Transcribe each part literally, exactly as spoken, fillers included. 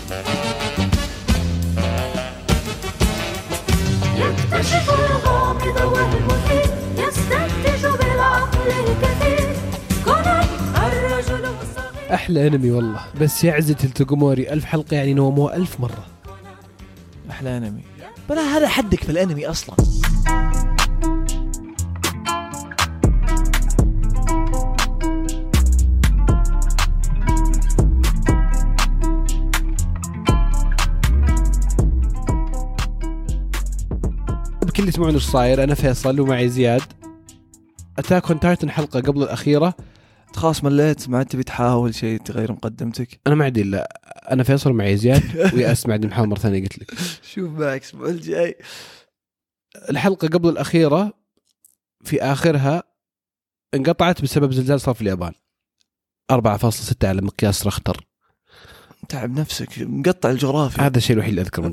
يكتشف الغامض والمثير يستنتج بالعقل الكثير كونان الرجل الصغير. أحلى أنمي والله، بس يا عزة التوغوموري ألف حلقة يعني نوموه ألف مرة. أحلى أنمي بلا هذا حدك في الأنمي أصلا. بكل اللي يسمعون ايش صاير، أنا فيصل ومعي زياد. أتاك أون تايتن حلقة قبل الأخيرة، خلاص مليت، ما تبي تحاول شيء تغير مقدمتك؟ أنا ما عندي إلا أنا فيصل ومعي زياد ويأس معدي محاول مرة ثانية. قلت لك شوف معك الأسبوع الجاي. الحلقة قبل الأخيرة في آخرها انقطعت بسبب زلزال صار في اليابان أربعة فاصلة ستة على مقياس رختر. تعب نفسك، مقطع الجغرافيا. هذا الشيء الوحيد اللي أذكره.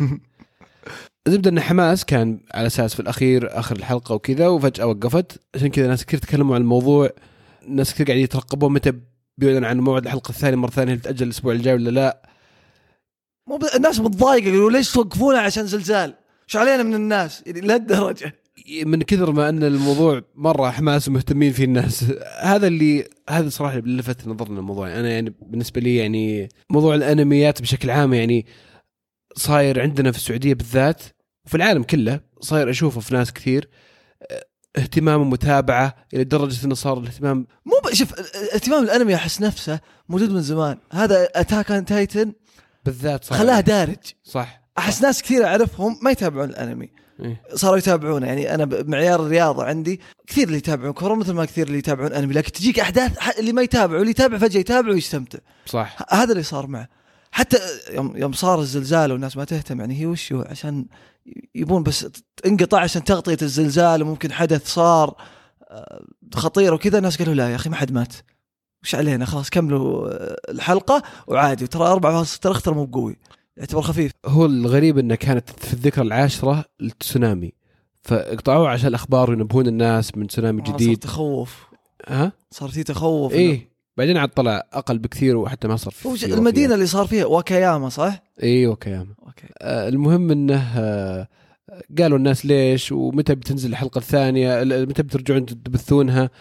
زبدة أن حماس كان على أساس في الأخير آخر الحلقة وكذا، وفجأة وقفت. عشان كذا ناس كثير تكلموا عن الموضوع، ناس كثير قاعدين يترقبوا متى بيعلن عن موعد الحلقة الثانية مرة ثانية، تأجل الأسبوع الجاي ولا لا. مو ب... الناس متضايقة يقولوا ليش توقفونا عشان زلزال؟ شو علينا من الناس يعني لهالدرجة؟ من كثر ما أن الموضوع مرة حماس ومهتمين فيه الناس. هذا اللي هذا صراحة اللي لفت نظرنا الموضوع. أنا يعني بالنسبة لي يعني موضوع الأنميات بشكل عام يعني صاير عندنا في السعودية بالذات وفي العالم كله، صاير أشوفه في ناس كثير اهتمام ومتابعة إلى درجة أنه صار الاهتمام. مو ب... شوف اهتمام الأنمي أحس نفسه موجود من زمان، هذا أتاك أون تايتن بالذات صار خلاها دارج. صح. أحس صح. ناس كثير أعرفهم ما يتابعون الأنمي، إيه؟ صاروا يتابعونه. يعني أنا بمعيار الرياضة عندي كثير اللي يتابعون كورة مثل ما كثير اللي يتابعون أنمي، لكن تجيك أحداث اللي ما يتابعوا اللي يتابع فجأة يتابع ويستمتع. صح. هذا اللي صار معه. حتى يوم يوم صار الزلزال والناس ما تهتم، يعني هي وش هو عشان يبون بس انقطع عشان تغطية الزلزال، وممكن حدث صار خطير وكذا. الناس قالوا لا يا أخي ما حد مات، وش علينا، خلاص كملوا الحلقة وعادي. ترى أربعة فاصلة اختر مو بقوي، يعتبر خفيف. هو الغريب أنه كانت في الذكرى العاشرة للتسونامي، فاقطعوه عشان الأخبار وينبهون الناس من تسونامي جديد. صار تخوف، ها صار فيه تخوف. إيه بعدين عاد طلع أقل بكثير وحتى ما صار في المدينة وفيها. اللي صار فيها وكاياما صح؟ إيه وكاياما. آه المهم أنه آه قالوا الناس ليش ومتى بتنزل الحلقة الثانية، متى بترجعون تبثونها،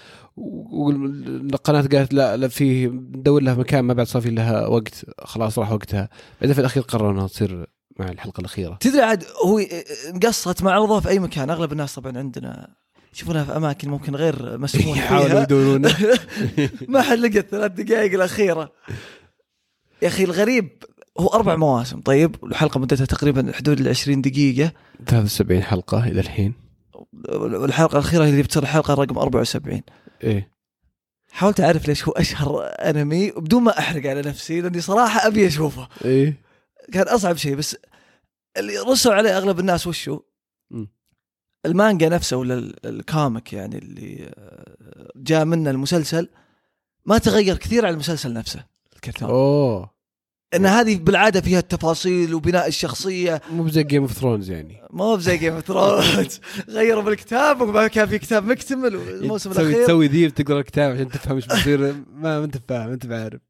والقناة قالت لا لا فيه ندور لها مكان، ما بعد صار في لها وقت، خلاص راح وقتها. بعدين في الأخير قرروا أنها تصير مع الحلقة الأخيرة. تدري عاد هو قصت معرضة في أي مكان، أغلب الناس طبعا عندنا يشوفونها في أماكن ممكن غير مسموح فيها، يحاولوا يدورون ما حد لقى الثلاث دقائق الأخيرة. يا أخي الغريب هو أربع مواسم، طيب الحلقة مدتها تقريبا حدود العشرين دقيقة، ثلاثة وسبعين حلقة إلى الحين. والحلقة الأخيرة اللي بتصير الحلقة رقم أربعة وسبعين. إيه حاولت أعرف ليش هو أشهر أنمي بدون ما أحرق على نفسي، لأني صراحة أبي أشوفه. إيه كان أصعب شيء، بس اللي رسوا عليه أغلب الناس وشو م. المانجا نفسه ولا الكوميك، يعني اللي جاء منه المسلسل ما تغير كثير على المسلسل نفسه الكرتون. أوه إن هذه بالعادة فيها التفاصيل وبناء الشخصية، مو زي جيم اوف ثرونز يعني. ما زي جيم اوف ثرونز غيروا بالكتاب وما كان في كتاب مكتمل. والموسم الأخير تسوي ذي تقرأ الكتاب عشان تفهم ايش بيصير. ما انت فاهم، انت بعارف.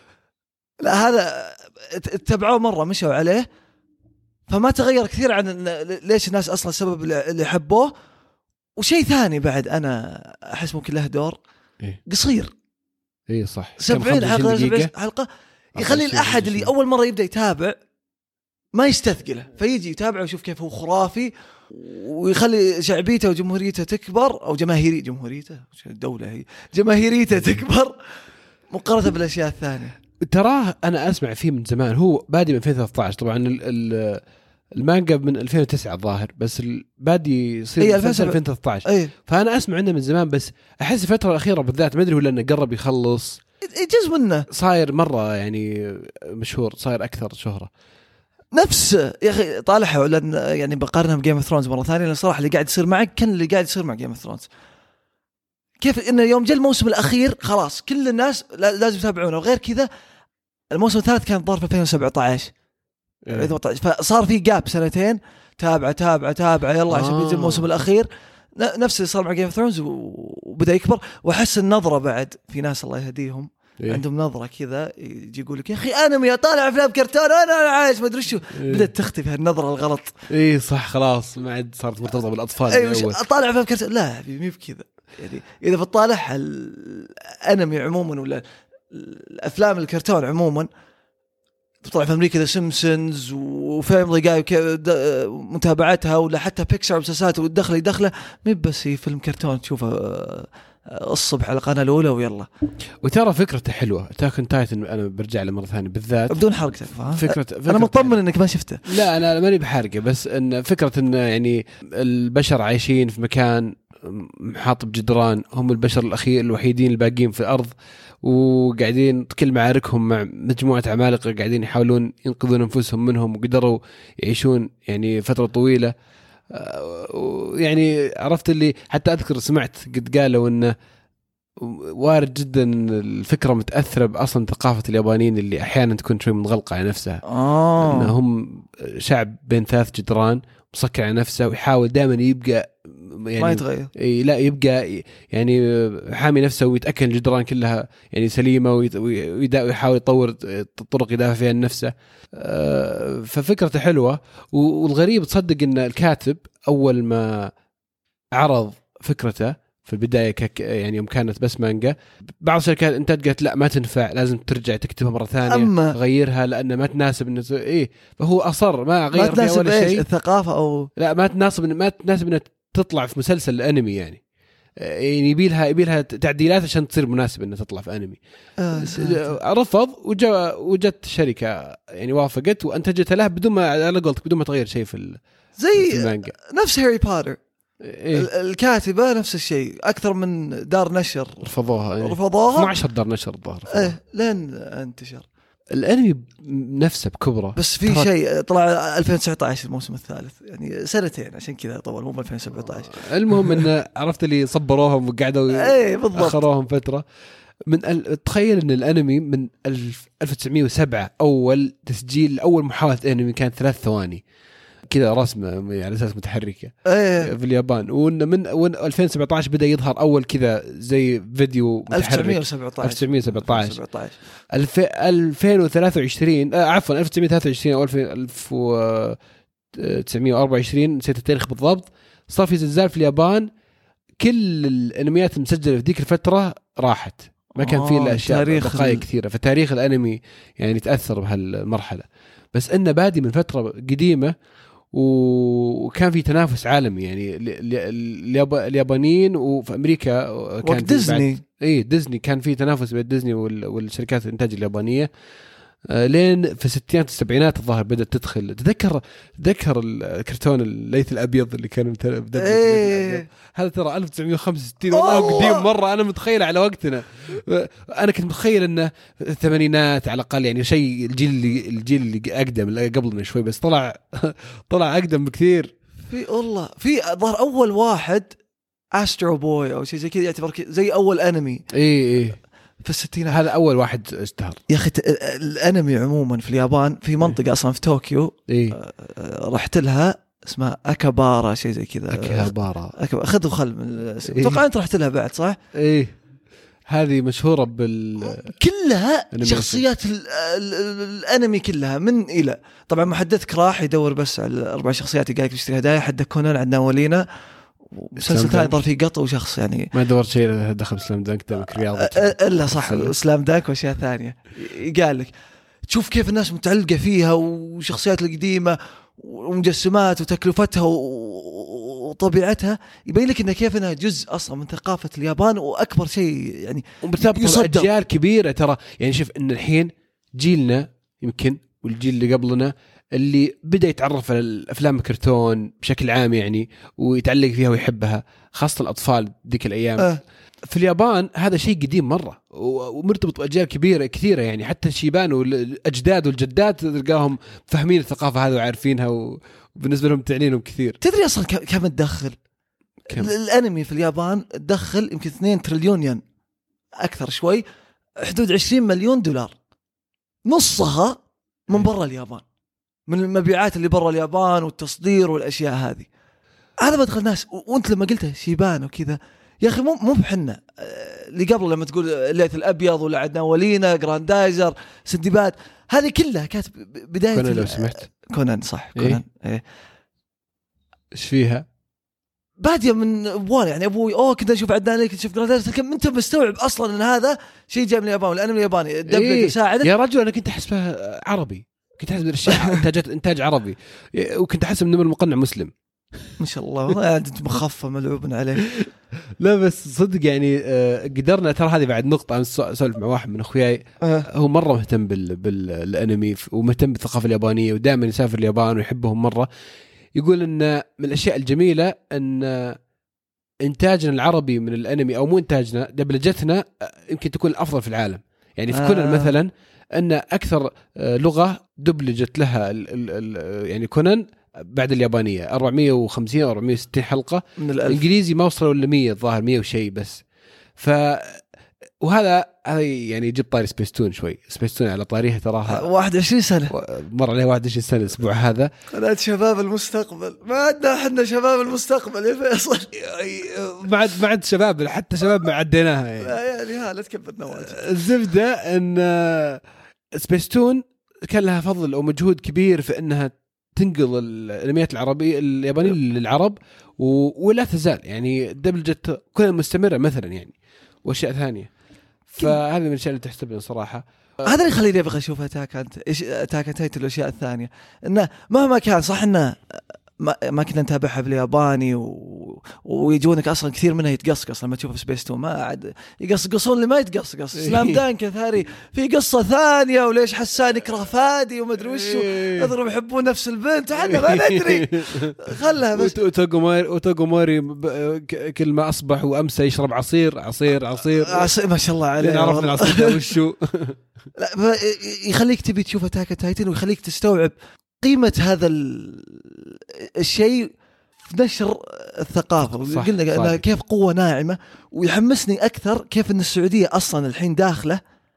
لا هذا اتبعوه مرة مشوا عليه، فما تغير كثير عن ليش الناس أصلا السبب اللي حبوه. وشيء ثاني بعد أنا أحس ممكن له دور إيه؟ قصير. إيه صح. سبعين حلقة سبعين حلقة يخلي الأحد اللي أول مرة يبدأ يتابع ما يستثقله، فيجي يتابع ويشوف كيف هو خرافي، ويخلي شعبيته وجمهوريته تكبر، أو جماهيري جمهوريته الدولة هي جماهيريته تكبر مقارنة بالأشياء الثانية. تراه أنا أسمع فيه من زمان، هو بادي من ألفين وثلاثة عشر طبعا. ال المانجا من ألفين وتسعة الظاهر، بس البادي يصير أيه ألفين وثلاثة عشر. أيه. فأنا أسمع عنه من زمان، بس أحس الفترة الأخيرة بالذات ما أدري هو لأنه قرب يخلص جزء منه صاير مرة يعني مشهور، صاير أكثر شهرة. نفس يا أخي طالعها، لأن يعني بقارنها بجيم اوف ثرونز مرة ثانية، لأن صراحة اللي قاعد يصير معك كان اللي قاعد يصير مع جيم اوف ثرونز. كيف إنه يوم جاء الموسم الأخير خلاص كل الناس لازم يتابعونه، وغير كذا الموسم الثالث كان ظهر في ألفين وسبعة عشر إيه. فصار في جاب سنتين تابع تابع تابع يلا عشان آه. يجي الموسم الأخير. نفس اللي صار مع جيم اوف ثرونز وبدأ يكبر. وأحس النظرة بعد في ناس الله يهديهم إيه؟ عندهم نظرة كذا يجي يقول لك يا أخي أنا طالع أفلام كرتون أنا أنا عايش ما أدري شو إيه؟ بدأت تختفي هالنظرة الغلط. إيه صح خلاص ما عاد صارت مرتبطة بالأطفال. أيوة طالع أفلام كرتون لا حبيبي مو بكذا يعني. إذا بتطالع الأنمي عموما ولا الأفلام الكرتون عموما طلع في أمريكا ذا سيمبسونز وفاميلي جاي متابعتها ولا حتى بيكسار مسلسلات والدخله يدخله مو بس هي فيلم كرتون تشوفه الصبح على القناه الاولى ويلا. وترى فكرته حلوه. تاكن تايتن انا برجع له مره ثانيه بالذات بدون حرق فكرة, فكرة انا مطمن انك ما شفته. لا انا ماني بحرقه بس ان فكره ان يعني البشر عايشين في مكان محاط بجدران هم البشر الاخير الوحيدين الباقيين في الارض وقاعدين كل معاركهم مع مجموعة عمالقة قاعدين يحاولون ينقذون أنفسهم منهم وقدروا يعيشون يعني فترة طويلة. يعني عرفت اللي حتى أذكر سمعت قد قالوا إنه وارد جدا الفكرة متأثرة بأصلا ثقافة اليابانيين اللي أحيانا تكون شوي منغلقة على نفسها. آه. إنهم شعب بين ثلاث جدران مسكر على نفسه ويحاول دائما يبقى يعني ما يتغير. لا يبقى يعني حامي نفسه ويتأكد الجدران كلها يعني سليمة ويحاول يطور طرق يدافع فيها نفسه. ففكرته حلوة. والغريب تصدق إن الكاتب أول ما عرض فكرته في البداية يعني يوم كانت بس مانجا بعض شركات إنتاج قالت لا ما تنفع لازم ترجع تكتبها مرة ثانية أما غيرها لأنه ما تناسب إنه إيه. فهو أصر ما غير فيها ولا شيء. الثقافة أو لا ما تناسب ما تناسب إنه تطلع في مسلسل الأنمي يعني يعني يبيلها يبيلها تعديلات عشان تصير مناسبة إنها تطلع في أنمي. آه رفض وجا وجت شركة يعني وافقت وأنتجتها له بدون ما على قولتك بدون ما تغير شيء في زي المانجا. نفس هاري بوتر إيه؟ الكاتبة نفس الشيء أكثر من دار نشر رفضوها. إيه؟ رفضوها اثنا عشر دار نشر الظاهر إيه لين انتشر الأنمي نفسه بكبره. بس في شيء طلع ألفين وتسعة عشر الموسم الثالث يعني سنتين عشان كذا طول مو ألفين وسبعة عشر. المهم إن عرفت اللي صبروهم وقعدوا ايه بالضبط أخروهم فترة من ال... تخيل إن الأنمي من ألف وتسعمية وسبعة أول تسجيل أول محاولة أنمي كانت ثلاث ثواني كذا رسمة على أساس متحركة ايه في اليابان. وإن من وإن ألفين وسبعة عشر بدأ يظهر أول كذا زي فيديو متحرك ألف وتسعمية وسبعة عشر ألف وتسعمية وسبعة عشر الف... ألفين وثلاثة وعشرين آه عفوا ألف وتسعمية وثلاثة وعشرين أو ألف وتسعمية وأربعة وعشرين نسيت التاريخ بالضبط. صار في زلزال في اليابان كل الأنميات المسجلة في ذيك الفترة راحت ما كان فيه إلا أشياء بقايا كثيرة. فتاريخ الأنمي يعني تأثر بهالمرحلة. بس إنه بادي من فترة قديمة وكان في تنافس عالمي يعني اليابانيين وفي أمريكا كان وقت ديزني إيه ديزني كان في تنافس بين ديزني والشركات الإنتاج اليابانية لين في الستينات والسبعينات الظاهر بدأت تدخل. تذكر تذكر الكرتون الليث الأبيض اللي كان بدأ إيه. هذا ترى ألف وتسعمية وخمسة وستين والله قديم مرة. أنا متخيل على وقتنا أنا كنت متخيل إنه الثمانينات على الأقل يعني شيء الجيل اللي الجيل اللي أقدم اللي قبلنا شوي بس طلع طلع أقدم بكثير. في والله في ظهر أول واحد أسترو بوي أو شيء زي كذا يعتبر زي أول أنمي إيه إيه في الستينات. هذا أول واحد اشتهر يا أخي. الأنمي عموما في اليابان في منطقة أصلا في طوكيو إيه رحت لها اسمها أكابارا شيء زي كذا. أكابارا أكابارا خذ وخل من الاسم. أتوقع أنت رحت لها بعد صح؟ إيه هذه مشهورة بال كلها شخصيات ال ال الأنمي كلها من إلى. طبعا محدثك راح يدور بس على أربع شخصيات يقال لك تشتري هدايا. حد كونان عندنا ولينا مسلسل ثاني ضل فيه قط وشخص يعني ما دورت شيء دخل سلام دانك تمك رياضة إلا صح سلام دانك وأشياء ثانية. يقال لك تشوف كيف الناس متعلقة فيها وشخصيات القديمة ومجسمات وتكلفتها وطبيعتها يبين لك إنها كيف إنها جزء أصلا من ثقافة اليابان وأكبر شيء يعني وبتبقى أجيال كبيرة ترى. يعني شوف إن الحين جيلنا يمكن والجيل اللي قبلنا اللي بدأ يتعرف على الأفلام الكرتون بشكل عام يعني ويتعلق فيها ويحبها خاصة الأطفال ذيك الأيام أه. في اليابان هذا شيء قديم مرة ومرتبط بأجيال كبيرة كثيرة يعني حتى الشيبان والأجداد والجدات تلقاهم فاهمين الثقافة هذا وعارفينها وبالنسبة لهم تعنينهم كثير. تدري أصلا كم تدخل الأنمي في اليابان؟ تدخل يمكن اثنين تريليون ين أكثر شوي حدود عشرين مليون دولار نصها من برا اليابان من المبيعات اللي برا اليابان والتصدير والأشياء هذه. هذا ما دخل ناس. وانت لما قلتها شيبان وكذا يا اخي مو مو بحنا اللي قبل لما تقول الليث الابيض ولا عندنا ولينا جراندايزر سندباد هذه كلها كانت بدايه كونان لو سمحت كونان صح كونان إيه؟ إيه. ايش فيها باديه من ابوان يعني ابوي اوه كنت اشوف عدنان ليك تشوف جراندايزر كم انت مستوعب اصلا ان هذا شيء جاي من اليابان والانمي الياباني الدبلجه إيه؟ يساعدك يا رجل انا كنت احسبها عربي كنت احسب الاشياء انتاج انتاج عربي وكنت احسب انه المقنع مسلم ما شاء الله والله انت مخفى ملعوب عليه. لا بس صدق يعني قدرنا ترى هذه بعد نقطه انا اسولف مع واحد من اخوياي هو مره مهتم بال بالانمي ومهتم بالثقافه اليابانيه ودائما يسافر اليابان ويحبهم مره. يقول ان من الاشياء الجميله ان انتاجنا العربي من الانمي او مو انتاجنا دبلجتنا يمكن تكون الافضل في العالم. يعني في آه. كونان مثلا ان اكثر لغه دبلجت لها ال ال يعني كونان بعد اليابانيه أربعمية وخمسين أو أربعمية وستين حلقه من الانجليزي ما وصلوا ل مية الظاهر مية وشيء بس. ف وهذا هذا يعني يجيب طاري سبيستون شوي. سبيستون على طاريها تراها واحد وعشرين سنة مر عليه واحد وعشرين سنة الأسبوع هذا. قناة شباب المستقبل ما عندنا احنا شباب المستقبل يا فيصل. ما عاد ما عاد شباب حتى شباب ما عديناها يعني. يعني ها لا تكبر نواجد. الزبدة إن سبيستون كان لها فضل أو مجهود كبير في إنها تنقل الأنميات العربية اليابانية للعرب ولا تزال يعني دبلجة كلها مستمرة مثلا يعني وأشياء ثانية. فهذا من الأشياء اللي تحسبني صراحة. هذا اللي يخليني أبغى أشوف أتاك أنت إيش أتاك أنت الأشياء الثانية إنه مهما كان صح إنه ما ما كنا نتابعها بالياباني و... ويجونك أصلا كثير منها يتقصقص لما تشوفه في سبيستون ما عاد يقصقصون اللي ما يتقصقص. سلام دانك ثاري في قصة ثانية وليش حسان يكره فادي وما أدري وشو أضرب يحبون نفس البنت وحنا ما ندري خلها بس. وتوغوماري وتوغوماري كل ما أصبح وأمسى يشرب عصير عصير عصير, عصير ما شاء الله عليه عرفنا العصير ده وشو. لا يخليك تبي تشوف أتاك تايتن ويخليك تستوعب قيمة هذا الشيء في نشر الثقافة. قلنا كيف قوة ناعمة ويحمسني أكثر كيف أن السعودية أصلا الحين داخلة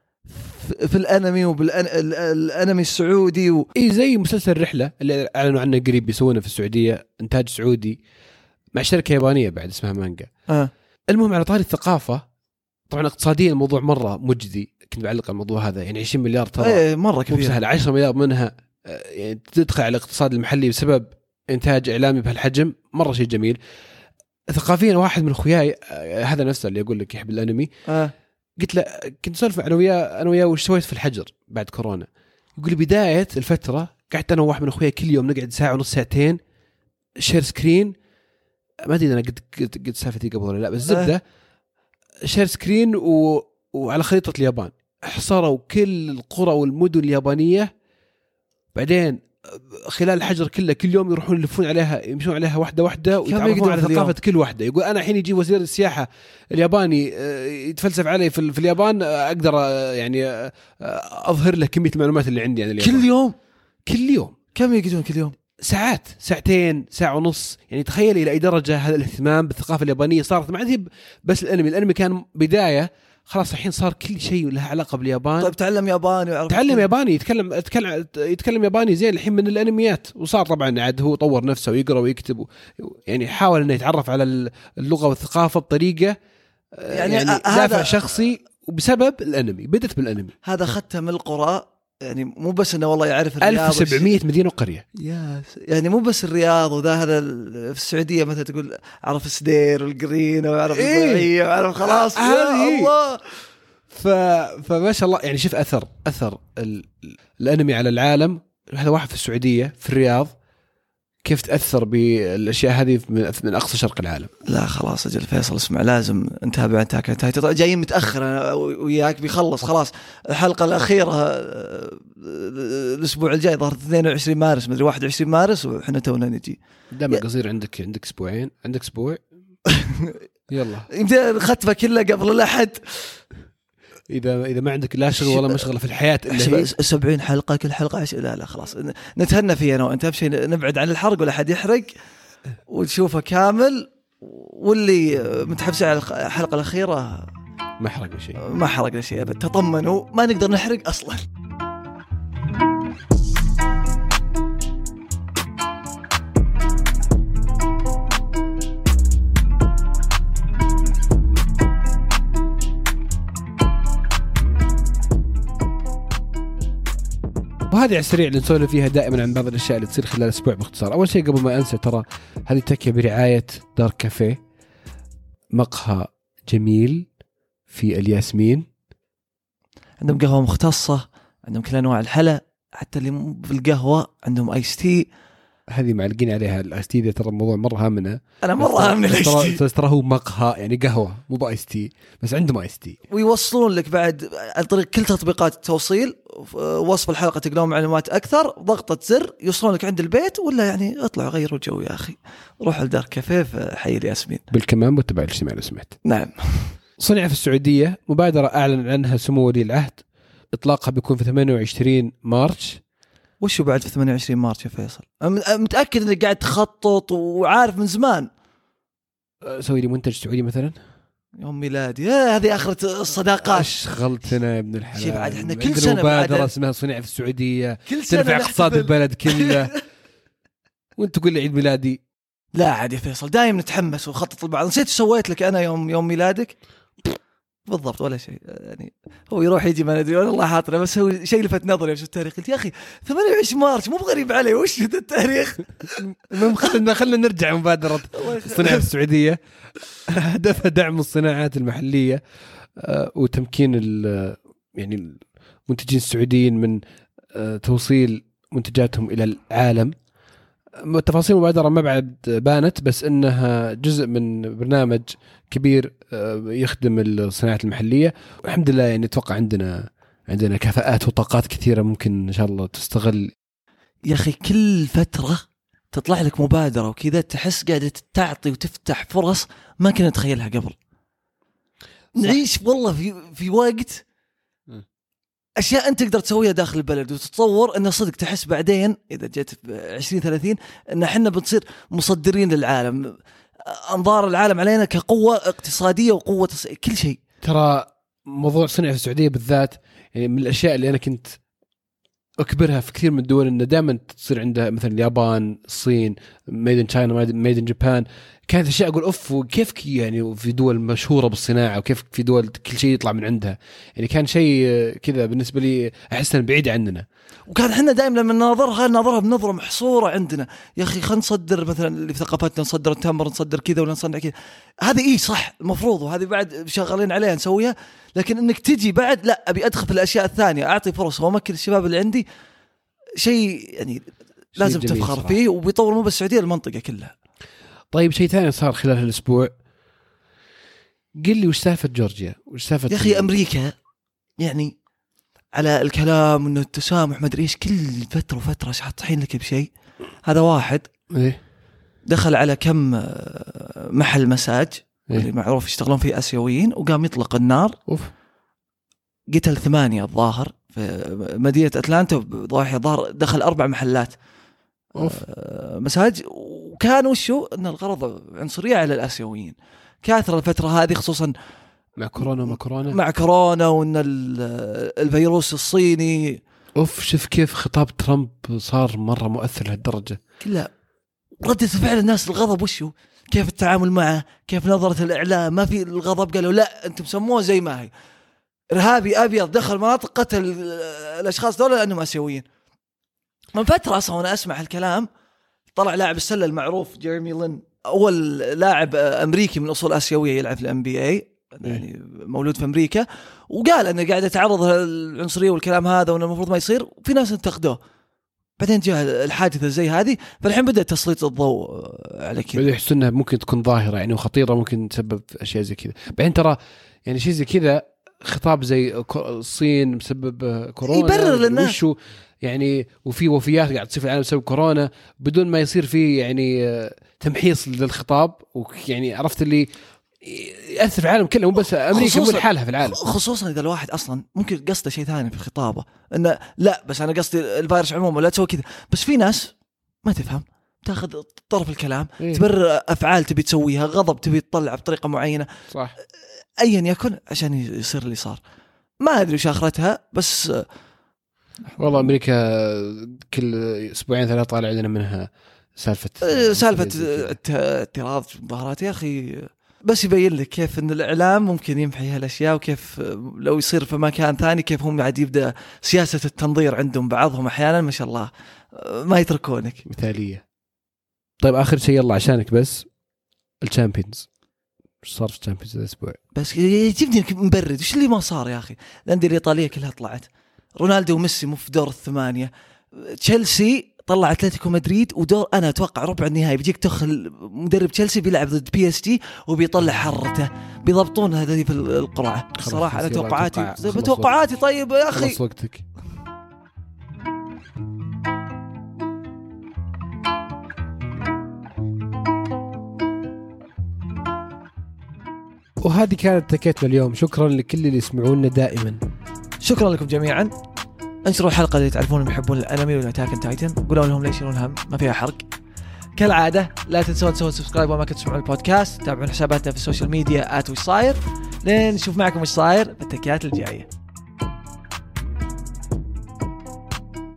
في الأنمي وبالأنمي السعودي و... إيه زي مسلسل رحلة اللي أعلنوا عنه قريب بيسوونه في السعودية إنتاج سعودي مع شركة يابانية بعد اسمها مانجا. آه. المهم على طاري الثقافة طبعا اقتصاديا الموضوع مرة مجدي. كنت بعلق على الموضوع هذا يعني عشرين مليار ترى ايه مرة كبير. عشرة مليار منها يعني تدخل على الاقتصاد المحلي بسبب إنتاج إعلامي بهالحجم مرة شيء جميل. ثقافيا واحد من أخوياي هذا نفسه اللي يقول لك يحب الأنمي آه. قلت له كنت سولف أنا وياه أنا وياه وش سويت في الحجر بعد كورونا. يقول لي بداية الفترة قعدت أنا وواحد من أخوياي كل يوم نقعد ساعة ونص ساعتين شير سكرين. ما أدري أنا قد قد قد سالفتي قبل ولا لا بس زبدة آه. شير سكرين و... وعلى خريطة اليابان حصروا كل القرى والمدن اليابانية. بعدين خلال الحجر كله كل يوم يروحون يلفون عليها يمشون عليها واحدة واحدة ويتعرفون على ثقافة كل واحدة. يقول أنا الحين يجي وزير السياحة الياباني يتفلسف علي في, في اليابان أقدر يعني أظهر له كمية المعلومات اللي عندي عن اليابان كل يوم كل يوم. كم يقعدون كل يوم؟ ساعات ساعتين ساعة ونص. يعني تخيل إلى أي درجة هذا الاهتمام بالثقافة اليابانية صارت. ما عاد بس الأنمي الأنمي كان بداية خلاص الحين صار كل شيء له علاقة باليابان. طيب تعلم ياباني وعرف تعلم ياباني يتكلم يتكلم يتكلم ياباني زين الحين من الانميات. وصار طبعا عاد هو طور نفسه ويقرأ ويكتب يعني حاول انه يتعرف على اللغة والثقافة بطريقة يعني, يعني دافع شخصي وبسبب الانمي. بدت بالانمي هذا ختم القرى يعني مو بس انه والله يعرف الرياض ألف وسبعمية مدينة وقرية يعني مو بس الرياض وذا. هذا في السعودية مثلا تقول عرف سدير والقرينة وعرف الضيعية إيه؟ وعرف خلاص يا الله. ف... فما شاء الله يعني شوف أثر أثر ال... الأنمي على العالم. هذا واحد في السعودية في الرياض كيف تأثر بالأشياء هذه من, من أقصى شرق العالم. لا خلاص أجل فيصل اسمع لازم نتابع أتاك تايتن. جايين متأخر وياك بيخلص خلاص الحلقة الأخيرة الأسبوع الجاي ظهر اثنين وعشرين مارس مدري واحد وعشرين مارس وإحنا تونا نجي. دام قصير عندك عندك أسبوعين عندك أسبوع يلا يمكن ختمة كلها قبل الأحد. إذا إذا ما عندك لا شغل ولا مشغلة في الحياة إلا هي سبعين حلقة كل حلقة عش... لا لا خلاص نتهنى فيها أنا وأنت بشيء نبعد عن الحرق ولا حد يحرق ونشوفه كامل. واللي متحفز على الحلقة الأخيرة ما حرقنا شيء ما حرقنا شيء أبد. تطمنوا ما نقدر نحرق أصلاً. وهذه على السريع اللي نسولف فيها دائما عن بعض الاشياء اللي تصير خلال الاسبوع باختصار. اول شيء قبل ما انسى، ترى هذه تكيه برعايه دار كافيه، مقهى جميل في الياسمين. عندهم قهوه مختصه، عندهم كل انواع الحلا، حتى اللي مو بالقهوه عندهم ايس تي. هذه معلقين عليها الايس تي، ترى الموضوع مره هامنه. انا مره هامنه الايس تي، ترى هو مقهى يعني قهوه مو بايس تي، بس عندهم ايس تي. ويوصلون لك بعد عن طريق كل تطبيقات التوصيل. وصف الحلقه تلقون معلومات اكثر، ضغطه زر يوصلون لك عند البيت، ولا يعني اطلعوا غيروا جو يا اخي، روحوا لدار كافيه في حي الياسمين بالكمام والتبع الاجتماعي لو سمحت. نعم. صنع في السعوديه، مبادره اعلن عنها سمو ولي العهد، اطلاقها بيكون في ثمانية وعشرين مارس. وشو بعد في ثمانية وعشرين مارس يا فيصل؟ متاكد انك قاعد تخطط وعارف من زمان. سوي لي منتج سعودي مثلا يوم ميلادي، يا هذه اخرة الصداقات. اشغلتنا يا ابن الحلال. شوف عاد احنا كل سنه مبادره اسمها صنع في السعوديه، كل سنه تنفع اقتصاد البلد كله. وانت تقول لي عيد ميلادي؟ لا عاد يا فيصل، دايم نتحمس ونخطط لبعض. نسيت سويت لك انا يوم يوم ميلادك بالضبط ولا شيء يعني. هو يروح يجي ما ندري والله حاطنا، بس هو شيء لفت نظري في التاريخ. قلت يا اخي ثمانية وعشرين مارس مو بغريب علي، وش هذا التاريخ؟ المهم خلينا خلينا نرجع مبادره صنع في السعوديه. هدفها دعم الصناعات المحليه وتمكين يعني المنتجين السعوديين من توصيل منتجاتهم الى العالم. تفاصيل المبادرة ما بعد بانت، بس انها جزء من برنامج كبير يخدم الصناعات المحلية. والحمد لله يعني اتوقع عندنا عندنا كفاءات وطاقات كثيرة ممكن ان شاء الله تستغل. يا اخي كل فترة تطلع لك مبادرة وكذا، تحس قاعدة تعطي وتفتح فرص ما كنا نتخيلها قبل. نعيش والله في في وقت أشياء أنت تقدر تسويها داخل البلد، وتتصور أن صدق تحس بعدين إذا جيت عشرين ثلاثين أن إحنا بنصير مصدرين للعالم، أنظار العالم علينا كقوة اقتصادية وقوة كل شيء. ترى موضوع صنع في السعودية بالذات يعني من الأشياء اللي أنا كنت أكبرها في كثير من الدول، إنه دائما تصير عندها مثلا اليابان، الصين، ميد إن تشاينا، ميد إن جابان. كانت أشياء أقول أوف، وكيف كي يعني في دول مشهورة بالصناعة، وكيف في دول كل شيء يطلع من عندها. يعني كان شيء كذا بالنسبة لي أحس إنه بعيد عننا. وكان إحنا دائما لما نناظرها نناظرها بنظرة محصورة عندنا. يا أخي خلينا نصدر مثلا اللي في ثقافتنا، نصدر التمر، نصدر كذا ولا نصنع كذا. هذه إيه صح المفروض، وهذه بعد شغالين عليها نسويها. لكن إنك تجي بعد لا أبي أدخل في الأشياء الثانية، أعطي فرص وأمكن الشباب اللي عندي، شيء يعني لازم تفخر صراحة فيه، وبيطور مو بس السعودية المنطقة كلها. طيب شيء ثاني صار خلال هالأسبوع، قل لي وش سالفة جورجيا؟ وش سالفة يا أخي أمريكا؟ يعني على الكلام إنه التسامح ما أدري إيش، كل فترة وفترة شاطحين لك بشيء. هذا واحد إيه؟ دخل على كم محل مساج إيه؟ اللي معروف يشتغلون فيه آسيويين، وقام يطلق النار. أوف. قتل ثمانية الظاهر في مدينة أتلانتا ضاحية ظهر، دخل أربع محلات أوف. مساج. وكان وشو إن الغرض عنصرية على الآسيويين كاثرة الفترة هذه، خصوصا مع كورونا وما كورونا مع كورونا وإن الفيروس الصيني. أوف، شوف كيف خطاب ترامب صار مرة مؤثر لهالدرجة. كلها ردة فعل الناس الغضب، وشو كيف التعامل معه، كيف نظرة الإعلام. ما في الغضب، قالوا لا أنتم سموه زي ما هي، إرهابي أبيض دخل مناطق قتل الأشخاص دول لأنهم آسيويين. من فترة أصلا وأنا أسمع الكلام، طلع لاعب السلة المعروف جيريمي لين، أول لاعب أمريكي من أصول آسيوية يلعب في الإن بي إيه، يعني مولود في أمريكا، وقال أنه قاعد يتعرض للعنصرية والكلام هذا وأنه المفروض ما يصير، وفي ناس انتقدوه. بعدين جاء الحادثة زي هذه، فالحين بدأ تسليط الضوء على كذا، بدأ يحسوا أنها ممكن تكون ظاهرة يعني وخطيرة، ممكن تسبب أشياء زي كذا. بعدين ترى يعني شيء زي كذا، خطاب زي الصين مسبب كورونا يبرر للناس وشو يعني، وفي وفيات قاعد تصير في العالم بسبب كورونا بدون ما يصير فيه يعني تمحيص للخطاب. ويعني عرفت اللي يأثر في العالم كله، مو بس أمريكا، مو لحالها في العالم. خصوصا إذا الواحد أصلا ممكن قصده شيء ثاني في خطابه، إنه لا بس أنا قصدي الفيروس عموما لا تسوي كذا. بس في ناس ما تفهم، تاخذ طرف الكلام، إيه؟ تبرر أفعال تبي تسويها، غضب تبي تطلع بطريقة معينة، صح، أيا يكن عشان يصير اللي صار. ما أدري وش آخرتها، بس والله أمريكا كل أسبوعين ثلاثة طالع عندنا منها سالفة سالفة اعتراض مظاهرات. يا أخي بس يبين لك كيف ان الاعلام ممكن يمحي هالاشياء، وكيف لو يصير في مكان ثاني كيف هم عاد يبدا سياسه التنظير عندهم بعضهم احيانا ما شاء الله ما يتركونك. مثاليه. طيب اخر شيء يلا عشانك بس الشامبيونز، ايش صار في الشامبيونز الاسبوع؟ بس يجيبني مبرد، وش اللي ما صار يا اخي؟ الانديه الايطاليه كلها طلعت، رونالدو وميسي مو في دور الثمانيه، تشيلسي طلع اتلتيكو مدريد ودور انا اتوقع ربع النهائي بيجيك تخل مدرب تشيلسي بيلعب ضد بي اس جي وبيطلع حرته، بيضبطون هذه في القرعه. الصراحه انا توقعاتي توقعاتي طيب يا اخي خلص وقتك. وهذه كانت تكتنا اليوم. شكرا لكل اللي يسمعونا دائما. شكرا لكم جميعا. انشروا الحلقه اللي تعرفون يحبون الانمي والاتاك اون تايتن، قولوا لهم ليش يشيلون هم، ما فيها حرق. كالعاده لا تنسون تسوون سبسكرايب وما كنتوا تسمعون البودكاست، تابعون حساباتنا في السوشيال ميديا آت وش صاير. لين نشوف معكم وش صاير بالتكيات الجايه.